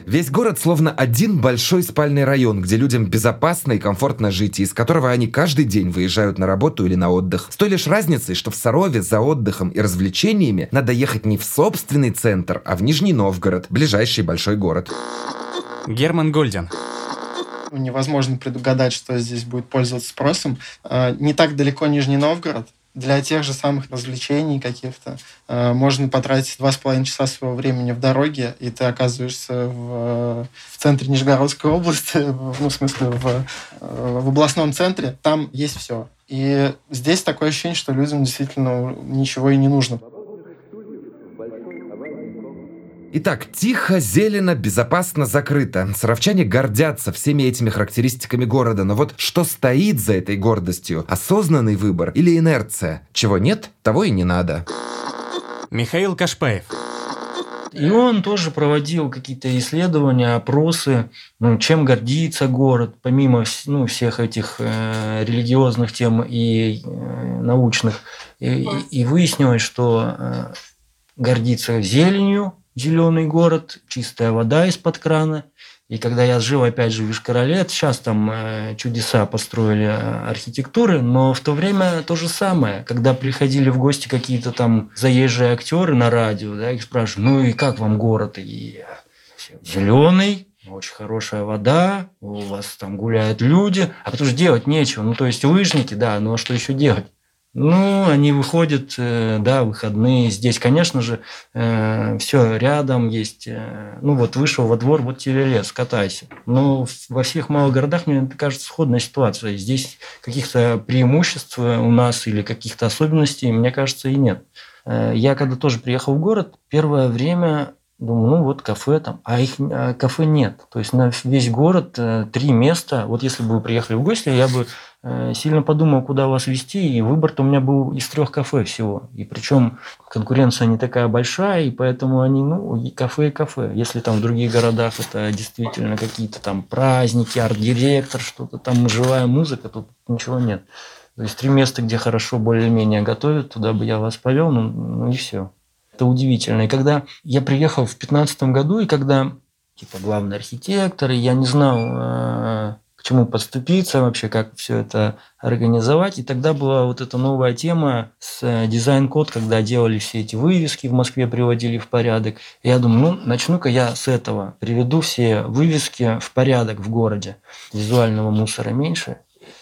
Весь город словно один большой спальный район, где людям безопасно и комфортно жить, и из которого они каждый день выезжают на работу или на отдых. С той лишь разницей, что в Сарове за отдыхом и развлечениями надо ехать не в собственный центр, а в Нижний Новгород, ближайший большой город. Герман Гольдин. Невозможно предугадать, что здесь будет пользоваться спросом. Не так далеко Нижний Новгород. Для тех же самых развлечений каких-то э, можно потратить два с половиной часа своего времени в дороге, и ты оказываешься в, в центре Нижегородской области, ну, в смысле, в, в областном центре. Там есть все. И здесь такое ощущение, что людям действительно ничего и не нужно. Итак, тихо, зелено, безопасно, закрыто. Саровчане гордятся всеми этими характеристиками города, но вот что стоит за этой гордостью? Осознанный выбор или инерция? Чего нет, того и не надо. Михаил Кашпаев. И он тоже проводил какие-то исследования, опросы, ну, чем гордится город, помимо ну, всех этих э, религиозных тем и э, научных. И, и выяснилось, что э, гордится зеленью, зеленый город, чистая вода из-под крана. И когда я жил, опять же, в Ишкарале, сейчас там э, чудеса построили э, архитектуры, но в то время то же самое. Когда приходили в гости какие-то там заезжие актеры на радио, да, их спрашивают, ну и как вам город? И зеленый, очень хорошая вода, у вас там гуляют люди, а потому что делать нечего. Ну, то есть лыжники, да, ну а что еще делать? Ну, они выходят, да, выходные. Здесь, конечно же, э, все рядом есть. Э, ну, вот вышел во двор, вот тебе лес, катайся. Но во всех малых городах, мне кажется, сходная ситуация. Здесь каких-то преимуществ у нас или каких-то особенностей, мне кажется, и нет. Э, я когда тоже приехал в город, первое время думаю, ну вот кафе там, а их а кафе нет. То есть на весь город э, три места. Вот если бы вы приехали в гости, я бы э, сильно подумал, куда вас везти, и выбор-то у меня был из трех кафе всего. И причем конкуренция не такая большая, и поэтому они, ну, и кафе, и кафе. Если там в других городах это действительно какие-то там праздники, арт-директор, что-то там, живая музыка, тут ничего нет. То есть три места, где хорошо более-менее готовят, туда бы я вас повел, ну, ну и все. Это удивительно. И когда я приехал в две тысячи пятнадцатом году, и когда типа главный архитектор, и я не знал, э, к чему подступиться вообще, как все это организовать, и тогда была вот эта новая тема с дизайн-код, когда делали все эти вывески в Москве, приводили в порядок. И я думаю, ну, начну-ка я с этого, приведу все вывески в порядок в городе, визуального мусора меньше.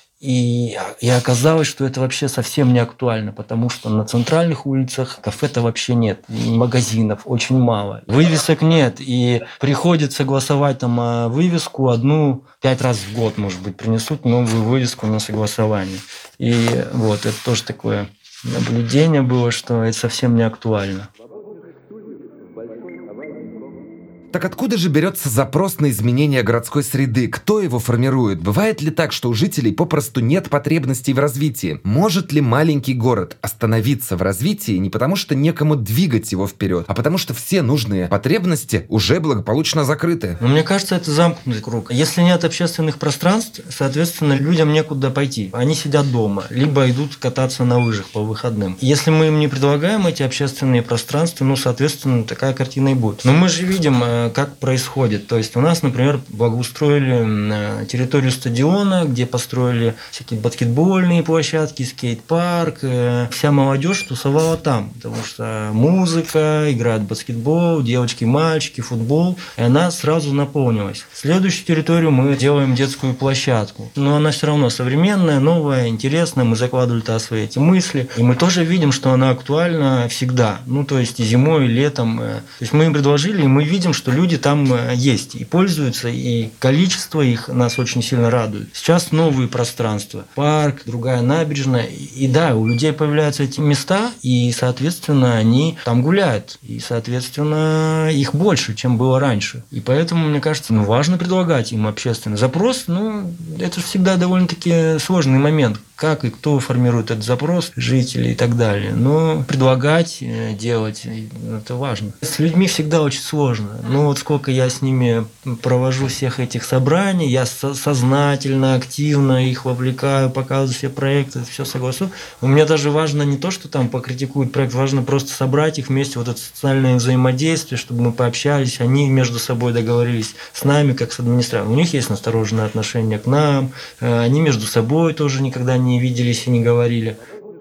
И, и оказалось, что это вообще совсем не актуально, потому что на центральных улицах кафе-то вообще нет, магазинов очень мало, вывесок нет, и приходится согласовать там вывеску одну пять раз в год, может быть, принесут новую вывеску на согласование. И вот это тоже такое наблюдение было, что это совсем не актуально. Так откуда же берется запрос на изменение городской среды? Кто его формирует? Бывает ли так, что у жителей попросту нет потребностей в развитии? Может ли маленький город остановиться в развитии не потому, что некому двигать его вперед, а потому что все нужные потребности уже благополучно закрыты? Но мне кажется, это замкнутый круг. Если нет общественных пространств, соответственно, людям некуда пойти. Они сидят дома, либо идут кататься на лыжах по выходным. Если мы им не предлагаем эти общественные пространства, ну, соответственно, такая картина и будет. Но мы же видим, как происходит. То есть у нас, например, благоустроили территорию стадиона, где построили всякие баскетбольные площадки, скейт-парк. Вся молодежь тусовала там, потому что музыка, играют в баскетбол, девочки, мальчики, футбол, и она сразу наполнилась. Следующую территорию мы делаем детскую площадку. Но она все равно современная, новая, интересная. Мы закладывали туда свои эти мысли. И мы тоже видим, что она актуальна всегда. Ну, то есть и зимой, и летом. То есть мы им предложили, и мы видим, что люди там есть и пользуются, и количество их нас очень сильно радует. Сейчас новые пространства, парк, другая набережная, и да, у людей появляются эти места, и, соответственно, они там гуляют, и, соответственно, их больше, чем было раньше. И поэтому, мне кажется, ну, важно предлагать им общественный запрос, ну, это же всегда довольно-таки сложный момент. как и кто формирует этот запрос, жители и так далее. Но предлагать, делать, это важно. С людьми всегда очень сложно. Но вот сколько я с ними провожу всех этих собраний, я сознательно, активно их вовлекаю, показываю все проекты, все согласую. У меня даже важно не то, что там покритикуют проект, важно просто собрать их вместе, вот это социальное взаимодействие, чтобы мы пообщались, они между собой договорились с нами, как с администрацией. У них есть настороженное отношение к нам, они между собой тоже никогда не не виделись и не говорили.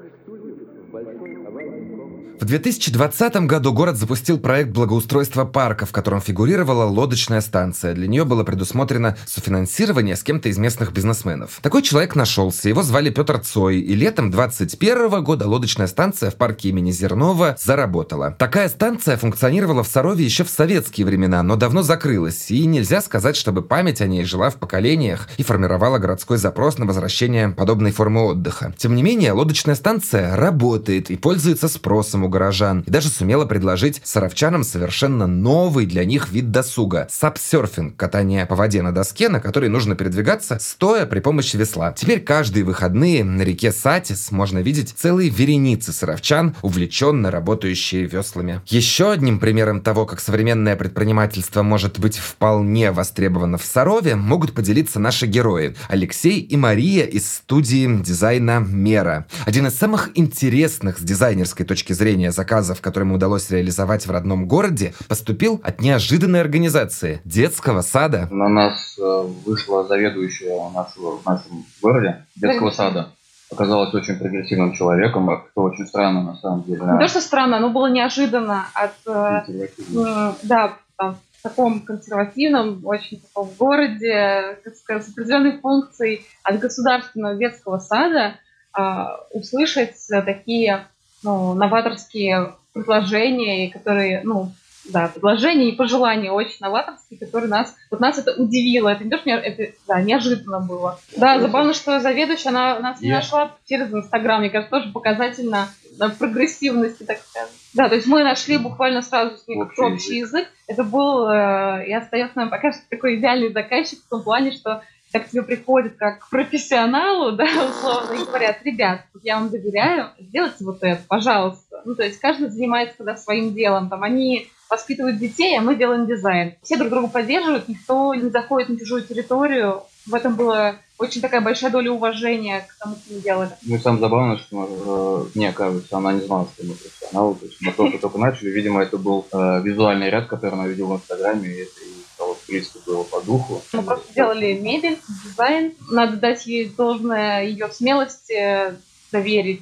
В две тысячи двадцатом году город запустил проект благоустройства парка, в котором фигурировала лодочная станция. Для нее было предусмотрено софинансирование с кем-то из местных бизнесменов. Такой человек нашелся, его звали Петр Цой, и летом двадцать первого года лодочная станция в парке имени Зернова заработала. Такая станция функционировала в Сарове еще в советские времена, но давно закрылась, и нельзя сказать, чтобы память о ней жила в поколениях и формировала городской запрос на возвращение подобной формы отдыха. Тем не менее, лодочная станция работает и пользуется спросом у горожан, и даже сумела предложить саровчанам совершенно новый для них вид досуга – сапсерфинг, катание по воде на доске, на которой нужно передвигаться, стоя при помощи весла. Теперь каждые выходные на реке Сатис можно видеть целые вереницы саровчан, увлеченно работающие веслами. Еще одним примером того, как современное предпринимательство может быть вполне востребовано в Сарове, могут поделиться наши герои – Алексей и Мария из студии дизайна «Мера». Один из самых интересных с дизайнерской точки зрения заказов, которые ему удалось реализовать в родном городе, поступил от неожиданной организации – детского сада. На нас вышла заведующая нашего, в нашем городе детского сада. Оказалась очень прогрессивным человеком, что очень странно на самом деле. Не то, что странно, но было неожиданно от э, да, там, в таком консервативном, очень таком городе, как сказать, с определенной функцией от государственного детского сада э, услышать такие ну, новаторские предложения, которые, ну, да, предложения и пожелания очень новаторские, которые нас, вот нас это удивило, это не то, что это, да, неожиданно было. Да, забавно, что заведующая, она нас не нашла через Инстаграм, мне кажется, тоже показательно прогрессивности, так сказать. Да, то есть мы нашли буквально сразу с ней общий, общий язык. Это был э, и остается нам пока что такой идеальный заказчик в том плане, что как к тебе приходят как к профессионалу, да, условно, и говорят: ребят, я вам доверяю, сделайте вот это, пожалуйста. Ну, то есть каждый занимается тогда своим делом, там, они воспитывают детей, а мы делаем дизайн. Все друг друга поддерживают, никто не заходит на чужую территорию. В этом была очень такая большая доля уважения к тому, что мы делали. Ну и самое забавное, что, э, мне кажется, она не знала, что мы профессионалы. То есть мы только-только начали. Видимо, это был э, визуальный ряд, который она видела в Инстаграме, и это стало близко было по духу. Мы просто делали мебель, дизайн. Надо дать ей должное ее смелости, доверить.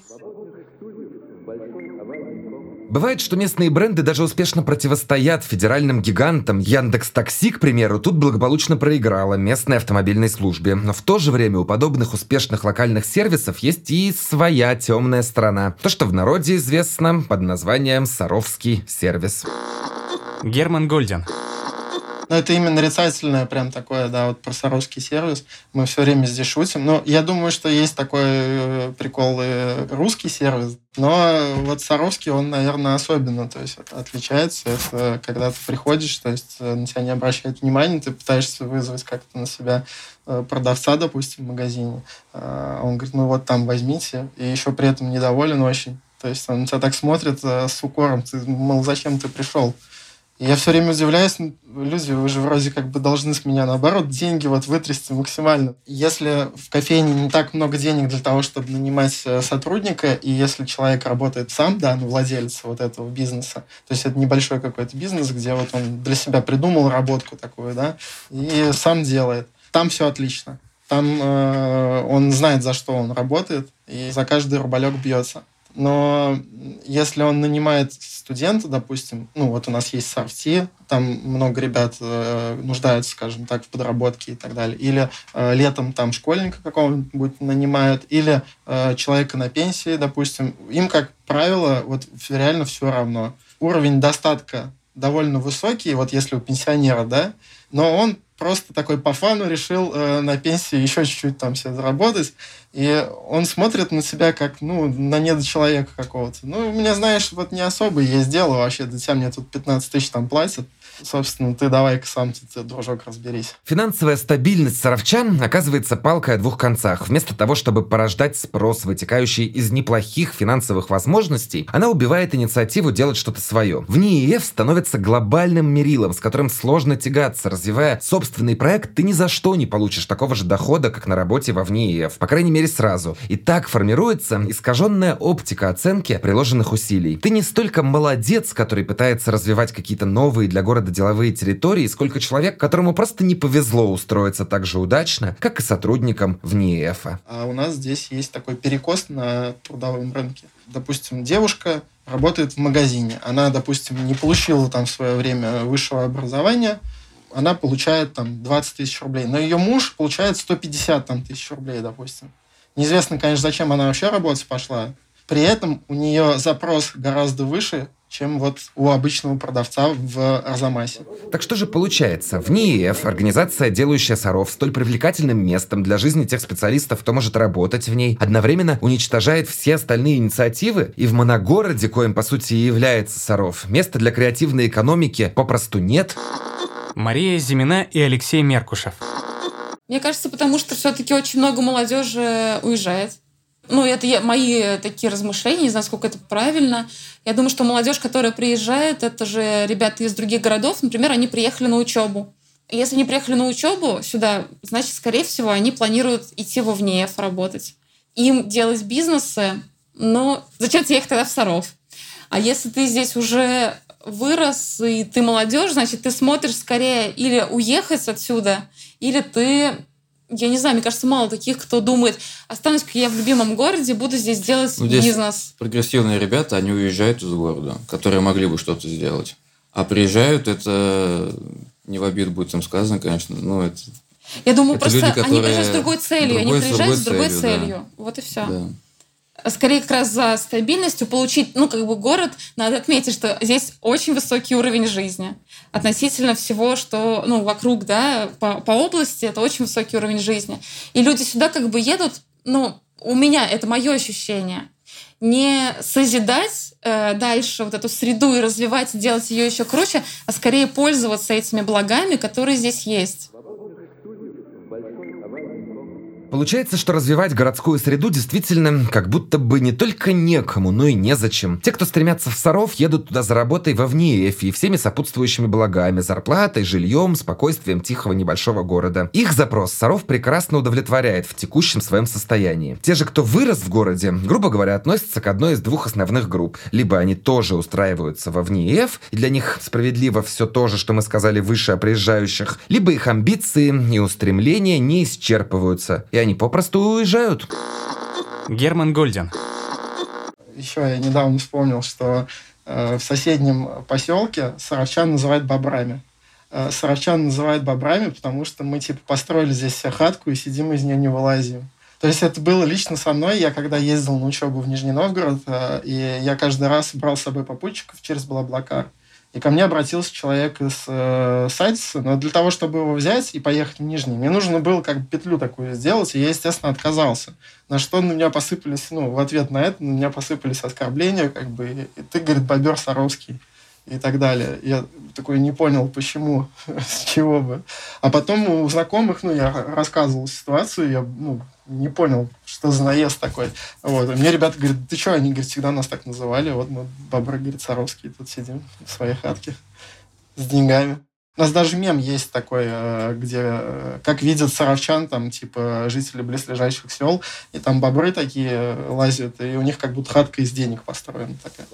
Бывает, что местные бренды даже успешно противостоят федеральным гигантам. Яндекс.Такси, к примеру, тут благополучно проиграла местной автомобильной службе. Но в то же время у подобных успешных локальных сервисов есть и своя темная сторона. То, что в народе известно под названием «Саровский сервис». Герман Гольдин. Ну, это именно нарицательное, прям такое, да, вот про саровский сервис. Мы все время здесь шутим. Но я думаю, что есть такой прикол и русский сервис. Но вот саровский, он, наверное, особенно, то есть это отличается. Это когда ты приходишь, то есть на тебя не обращают внимания, ты пытаешься вызвать как-то на себя продавца, допустим, в магазине. Он говорит: ну вот там возьмите. И еще при этом недоволен очень. То есть он на тебя так смотрит с укором. Ты, мол, зачем ты пришел? И я все время удивляюсь, люди, вы же вроде как бы должны с меня, наоборот, деньги вот вытрясти максимально. Если в кофейне не так много денег для того, чтобы нанимать сотрудника, и если человек работает сам, да, ну, владелец вот этого бизнеса, то есть это небольшой какой-то бизнес, где вот он для себя придумал работку такую, да, и сам делает. Там все отлично. Там э, он знает, за что он работает, и за каждый рубалек бьется. Но если он нанимает студента, допустим, ну вот у нас есть Сарти, там много ребят э, нуждаются, скажем так, в подработке и так далее, или э, летом там школьника какого-нибудь нанимают, или э, человека на пенсии, допустим, им, как правило, вот реально все равно. Уровень достатка довольно высокий, вот если у пенсионера, да, но он просто такой по фану решил э, на пенсии еще чуть-чуть там себе заработать, и он смотрит на себя как, ну, на недочеловека какого-то. Ну, у меня, знаешь, вот не особо есть дело вообще, для тебя мне тут пятнадцать тысяч там платят, Собственно, ты давай-ка сам, ты, дружок, разберись. Финансовая стабильность саровчан оказывается палкой о двух концах. Вместо того, чтобы порождать спрос, вытекающий из неплохих финансовых возможностей, она убивает инициативу делать что-то свое. В НИИФ становится глобальным мерилом, с которым сложно тягаться. Развивая собственный проект, ты ни за что не получишь такого же дохода, как на работе во ВНИИФ. По крайней мере, сразу. И так формируется искаженная оптика оценки приложенных усилий. Ты не столько молодец, который пытается развивать какие-то новые для города деловые территории, сколько человек, которому просто не повезло устроиться так же удачно, как и сотрудникам ВНИИФа. А у нас здесь есть такой перекос на трудовом рынке. Допустим, девушка работает в магазине. Она, допустим, не получила там в свое время высшего образования, она получает там двадцать тысяч рублей. Но ее муж получает сто пятьдесят там, тысяч рублей, допустим. Неизвестно, конечно, зачем она вообще работать пошла. При этом у нее запрос гораздо выше, чем вот у обычного продавца в Арзамасе. Так что же получается? В НИИФ организация, делающая Саров столь привлекательным местом для жизни тех специалистов, кто может работать в ней, одновременно уничтожает все остальные инициативы, и в моногороде, коим по сути и является Саров, места для креативной экономики попросту нет. Мария Зимина и Алексей Меркушев. Мне кажется, потому что все-таки очень много молодежи уезжает. Ну, это я, мои такие размышления, не знаю, сколько это правильно. Я думаю, что молодежь, которая приезжает, это же ребята из других городов, например, они приехали на учебу. Если они приехали на учебу сюда, значит, скорее всего, они планируют идти во ВНИИФ работать. Им делать бизнесы, но зачем тебе ехать тогда в Саров? А если ты здесь уже вырос, и ты молодежь, значит, ты смотришь скорее или уехать отсюда, или ты... Я не знаю, мне кажется, мало таких, кто думает, останусь-ка я в любимом городе, буду здесь делать ну, здесь бизнес. Прогрессивные ребята, они уезжают из города, которые могли бы что-то сделать. А приезжают, это не в обиду будет им сказано, конечно, но это... Я думаю, это просто люди, они приезжают с другой целью, другой, они приезжают с другой целью. целью. Да. Вот и все. Да. Скорее как раз за стабильностью получить, ну, как бы город, надо отметить, что здесь очень высокий уровень жизни. Относительно всего, что, ну, вокруг, да, по, по области, это очень высокий уровень жизни. И люди сюда как бы едут, ну, у меня, это мое ощущение, не созидать э, дальше вот эту среду и развивать, и делать ее еще круче, а скорее пользоваться этими благами, которые здесь есть. Получается, что развивать городскую среду действительно как будто бы не только некому, но и незачем. Те, кто стремятся в Саров, едут туда за работой во ВНИИФ и всеми сопутствующими благами, зарплатой, жильем, спокойствием тихого небольшого города. Их запрос Саров прекрасно удовлетворяет в текущем своем состоянии. Те же, кто вырос в городе, грубо говоря, относятся к одной из двух основных групп. Либо они тоже устраиваются во ВНИИФ, и для них справедливо все то же, что мы сказали выше о приезжающих, либо их амбиции и устремления не исчерпываются, и они попросту уезжают. Герман Гольдин. Еще я недавно вспомнил, что э, в соседнем поселке саровчан называют бобрами. Э, саровчан называют бобрами, потому что мы типа построили здесь хатку и сидим из нее не вылазим. То есть это было лично со мной. Я когда ездил на учебу в Нижний Новгород, э, и я каждый раз брал с собой попутчиков через Блаблакар. И ко мне обратился человек из э, Садиса, но для того, чтобы его взять и поехать в Нижний, мне нужно было как бы петлю такую сделать, и я, естественно, отказался. На что на меня посыпались, ну, в ответ на это на меня посыпались оскорбления, как бы, и, и ты, говорит, бобер Саровский, и так далее. Я такой не понял, почему, с чего бы. А потом у знакомых, ну, я рассказывал ситуацию, я, ну, не понял, что за наезд такой. Вот. И мне ребята говорят, ты что, они, говорят, всегда нас так называли. Вот мы, бобры, говорит, Саровские, тут сидим в своей хатке с деньгами. У нас даже мем есть такой, где как видят саровчан, там, типа, жители близлежащих сел, и там бобры такие лазят, и у них как будто хатка из денег построена такая.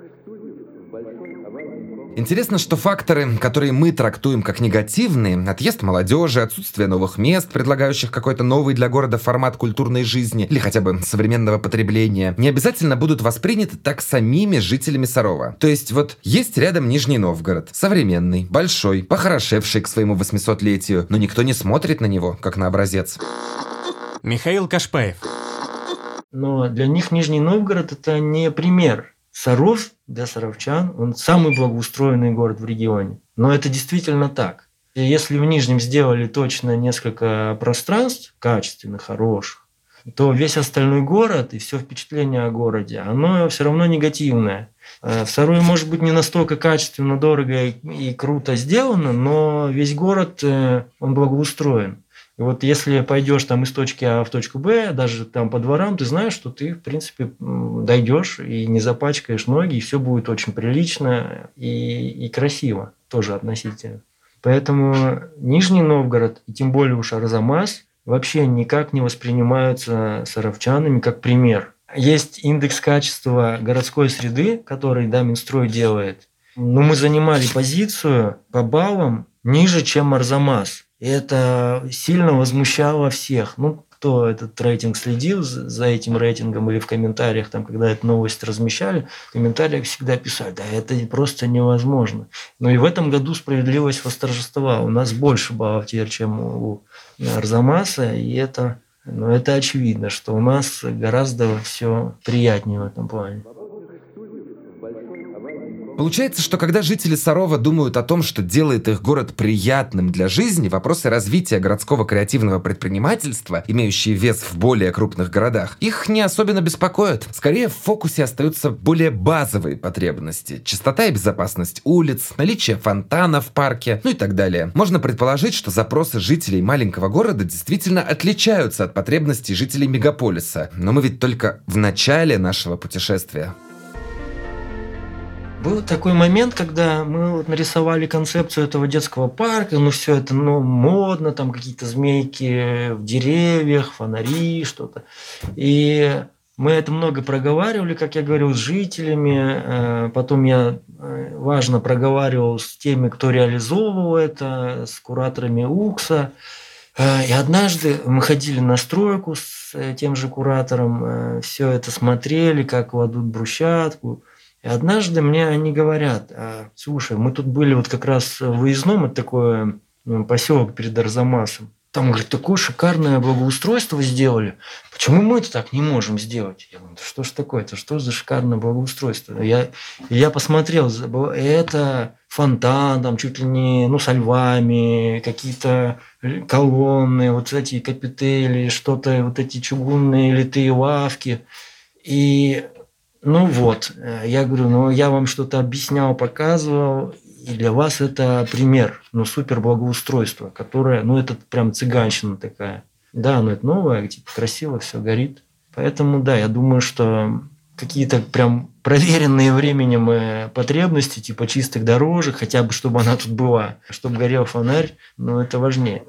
Интересно, что факторы, которые мы трактуем как негативные, отъезд молодежи, отсутствие новых мест, предлагающих какой-то новый для города формат культурной жизни или хотя бы современного потребления, не обязательно будут восприняты так самими жителями Сарова. То есть вот есть рядом Нижний Новгород, современный, большой, похорошевший к своему восьмисотлетию, но никто не смотрит на него, как на образец. Михаил Кашпаев. Но для них Нижний Новгород – это не пример. Саров для саровчан, он самый благоустроенный город в регионе. Но это действительно так. И если в Нижнем сделали точно несколько пространств, качественных, хороших, то весь остальной город и все впечатление о городе, оно все равно негативное. В Сарове, может быть, не настолько качественно, дорого и круто сделано, но весь город, он благоустроен. И вот если пойдешь там из точки А в точку Б, даже там по дворам, ты знаешь, что ты, в принципе, дойдешь и не запачкаешь ноги, и все будет очень прилично и, и красиво, тоже относительно. Поэтому Нижний Новгород, и тем более уж Арзамас, вообще никак не воспринимаются саровчанами как пример. Есть индекс качества городской среды, который, да, Минстрой делает. Но мы занимали позицию по баллам ниже, чем Арзамас. И это сильно возмущало всех. Ну, кто этот рейтинг следил за этим рейтингом или в комментариях, там, когда эту новость размещали, в комментариях всегда писали, да это просто невозможно. Но и в этом году справедливость восторжествовала. У нас больше баллов теперь, чем у Арзамаса, и это, ну, это очевидно, что у нас гораздо все приятнее в этом плане. Получается, что когда жители Сарова думают о том, что делает их город приятным для жизни, вопросы развития городского креативного предпринимательства, имеющие вес в более крупных городах, их не особенно беспокоят. Скорее, в фокусе остаются более базовые потребности. Чистота и безопасность улиц, наличие фонтана в парке, ну и так далее. Можно предположить, что запросы жителей маленького города действительно отличаются от потребностей жителей мегаполиса. Но мы ведь только в начале нашего путешествия. Был такой момент, когда мы вот нарисовали концепцию этого детского парка, ну все это ну, модно, там какие-то змейки в деревьях, фонари, что-то. И мы это много проговаривали, как я говорил, с жителями. Потом я важно проговаривал с теми, кто реализовывал это, с кураторами УКСа. И однажды мы ходили на стройку с тем же куратором, все это смотрели, как кладут брусчатку. И однажды мне они говорят, слушай, мы тут были вот как раз в выездном, это такой поселок перед Арзамасом. Там, говорит, такое шикарное благоустройство сделали. Почему мы это так не можем сделать? Я говорю, что ж такое, это что за шикарное благоустройство? Я, я посмотрел, это фонтан, там чуть ли не ну, со львами, какие-то колонны, вот эти капители, что-то, вот эти чугунные литые лавки. И ну вот, я говорю, ну я вам что-то объяснял, показывал, и для вас это пример, ну супер благоустройство, которое, ну это прям цыганщина такая. Да, ну это новое, типа красиво, все горит. Поэтому да, я думаю, что какие-то прям проверенные временем потребности, типа чистых дорожек, хотя бы чтобы она тут была, чтобы горел фонарь, ну это важнее.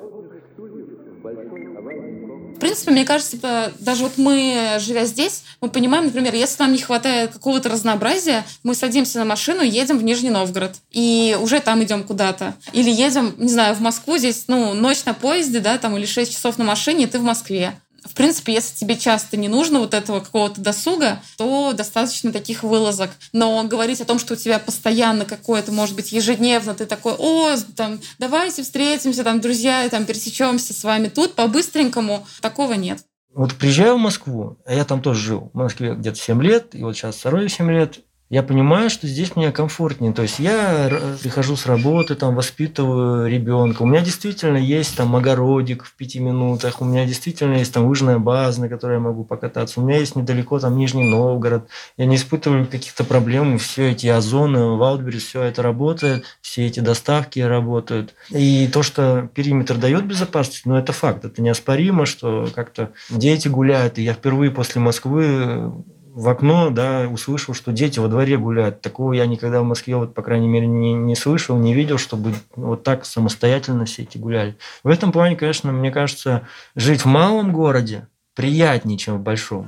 В принципе, мне кажется, даже вот мы, живя здесь, мы понимаем, например, если нам не хватает какого-то разнообразия, мы садимся на машину и едем в Нижний Новгород. И уже там идем куда-то. Или едем, не знаю, в Москву, здесь, ну, ночь на поезде, да, там, или шесть часов на машине, и ты в Москве. В принципе, если тебе часто не нужно вот этого какого-то досуга, то достаточно таких вылазок. Но говорить о том, что у тебя постоянно какое-то, может быть, ежедневно, ты такой, о, там, давайте встретимся, там, друзья, там, пересечемся с вами тут, по-быстренькому, такого нет. Вот приезжаю в Москву, а я там тоже жил, в Москве где-то семь лет, и вот сейчас в Сарове семь лет, я понимаю, что здесь мне комфортнее. То есть я прихожу с работы, там, воспитываю ребенка. У меня действительно есть там огородик в пяти минутах. У меня действительно есть там лыжная база, на которой я могу покататься. У меня есть недалеко там Нижний Новгород. Я не испытываю каких-то проблем. Все эти озоны, Wildberries, все это работает. Все эти доставки работают. И то, что периметр дает безопасность, ну, это факт. Это неоспоримо, что как-то дети гуляют. И я впервые после Москвы в окно, да, услышал, что дети во дворе гуляют. Такого я никогда в Москве, вот, по крайней мере, не, не слышал, не видел, чтобы вот так самостоятельно все эти гуляли. В этом плане, конечно, мне кажется, жить в малом городе приятнее, чем в большом.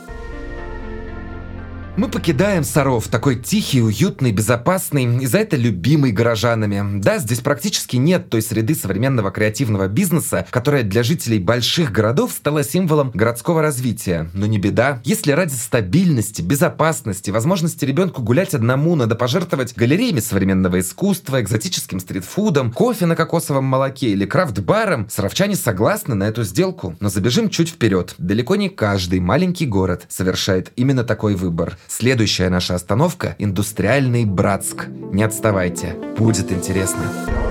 Мы покидаем Саров, такой тихий, уютный, безопасный, и за это любимый горожанами. Да, здесь практически нет той среды современного креативного бизнеса, которая для жителей больших городов стала символом городского развития. Но не беда. Если ради стабильности, безопасности, возможности ребенку гулять одному надо пожертвовать галереями современного искусства, экзотическим стритфудом, кофе на кокосовом молоке или крафт-баром, саровчане согласны на эту сделку. Но забежим чуть вперед. Далеко не каждый маленький город совершает именно такой выбор. Следующая наша остановка – индустриальный Братск. Не отставайте, будет интересно.